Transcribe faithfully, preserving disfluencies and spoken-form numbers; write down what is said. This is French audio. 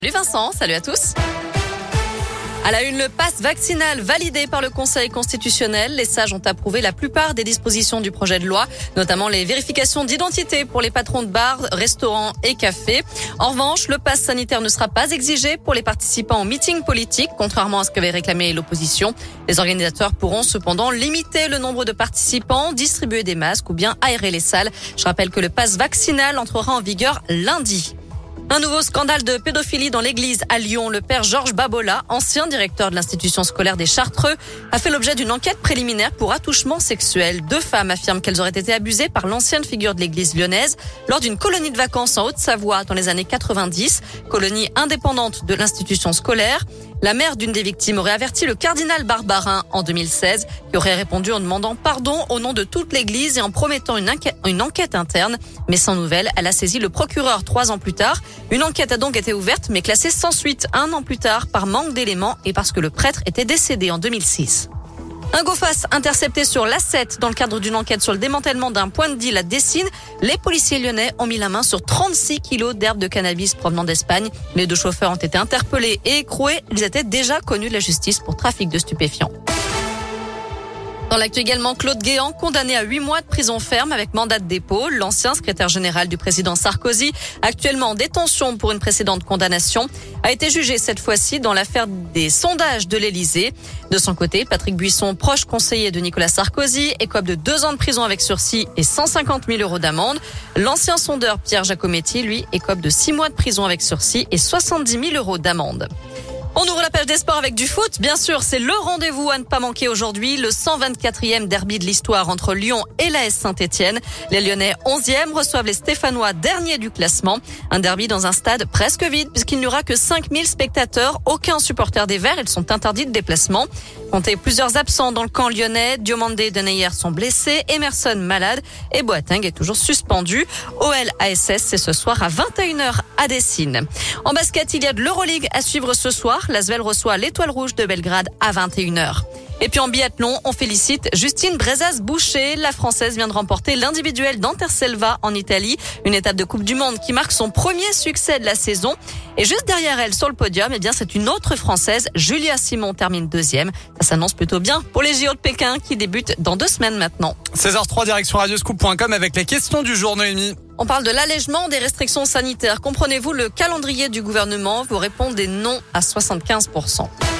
Salut Vincent, salut à tous. À la une, le pass vaccinal validé par le Conseil constitutionnel. Les sages ont approuvé la plupart des dispositions du projet de loi, notamment les vérifications d'identité pour les patrons de bars, restaurants et cafés. En revanche, le pass sanitaire ne sera pas exigé pour les participants aux meetings politiques, contrairement à ce qu'avait réclamé l'opposition. Les organisateurs pourront cependant limiter le nombre de participants, distribuer des masques ou bien aérer les salles. Je rappelle que le pass vaccinal entrera en vigueur lundi. Un nouveau scandale de pédophilie dans l'église à Lyon. Le père Georges Babola, ancien directeur de l'institution scolaire des Chartreux, a fait l'objet d'une enquête préliminaire pour attouchement sexuel. Deux femmes affirment qu'elles auraient été abusées par l'ancienne figure de l'église lyonnaise lors d'une colonie de vacances en Haute-Savoie dans les années quatre-vingt-dix, colonie indépendante de l'institution scolaire. La mère d'une des victimes aurait averti le cardinal Barbarin en deux mille seize, qui aurait répondu en demandant pardon au nom de toute l'église et en promettant une enquête, une enquête interne. Mais sans nouvelles, elle a saisi le procureur trois ans plus tard. Une enquête a donc été ouverte, mais classée sans suite un an plus tard par manque d'éléments et parce que le prêtre était décédé en deux mille six. Un go-face intercepté sur l'A sept dans le cadre d'une enquête sur le démantèlement d'un point de deal à Dessines. Les policiers lyonnais ont mis la main sur trente-six kilos d'herbe de cannabis provenant d'Espagne. Les deux chauffeurs ont été interpellés et écroués. Ils étaient déjà connus de la justice pour trafic de stupéfiants. Dans l'actu également, Claude Guéant, condamné à huit mois de prison ferme avec mandat de dépôt. L'ancien secrétaire général du président Sarkozy, actuellement en détention pour une précédente condamnation, a été jugé cette fois-ci dans l'affaire des sondages de l'Élysée. De son côté, Patrick Buisson, proche conseiller de Nicolas Sarkozy, écope de deux ans de prison avec sursis et cent cinquante mille euros d'amende. L'ancien sondeur Pierre Jacometti, lui, écope de six mois de prison avec sursis et soixante-dix mille euros d'amende. On ouvre la page des sports avec du foot. Bien sûr, c'est le rendez-vous à ne pas manquer aujourd'hui. Le cent vingt-quatrième derby de l'histoire entre Lyon et l'A S Saint-Etienne. Les Lyonnais onzième reçoivent les Stéphanois derniers du classement. Un derby dans un stade presque vide puisqu'il n'y aura que cinq mille spectateurs. Aucun supporter des Verts. Ils sont interdits de déplacement. Comptez plusieurs absents dans le camp lyonnais. Diomandé et Denayer sont blessés. Emerson malade et Boateng est toujours suspendu. O L A S S, c'est ce soir à vingt et une heures à Dessines. En basket, il y a de l'Euroleague à suivre ce soir. L'Asvel reçoit l'Étoile Rouge de Belgrade à vingt et une heures. Et puis en biathlon, on félicite Justine Brezas-Boucher. La Française vient de remporter l'individuel d'Anterselva en Italie. Une étape de Coupe du Monde qui marque son premier succès de la saison. Et juste derrière elle, sur le podium, eh bien, c'est une autre Française. Julia Simon termine deuxième. Ça s'annonce plutôt bien pour les J O de Pékin qui débutent dans deux semaines maintenant. seize heures trois, direction radioscoop point com avec les questions du jour, Noémie. On parle de l'allègement des restrictions sanitaires. Comprenez-vous le calendrier du gouvernement? Vous répondez non à soixante-quinze pour cent.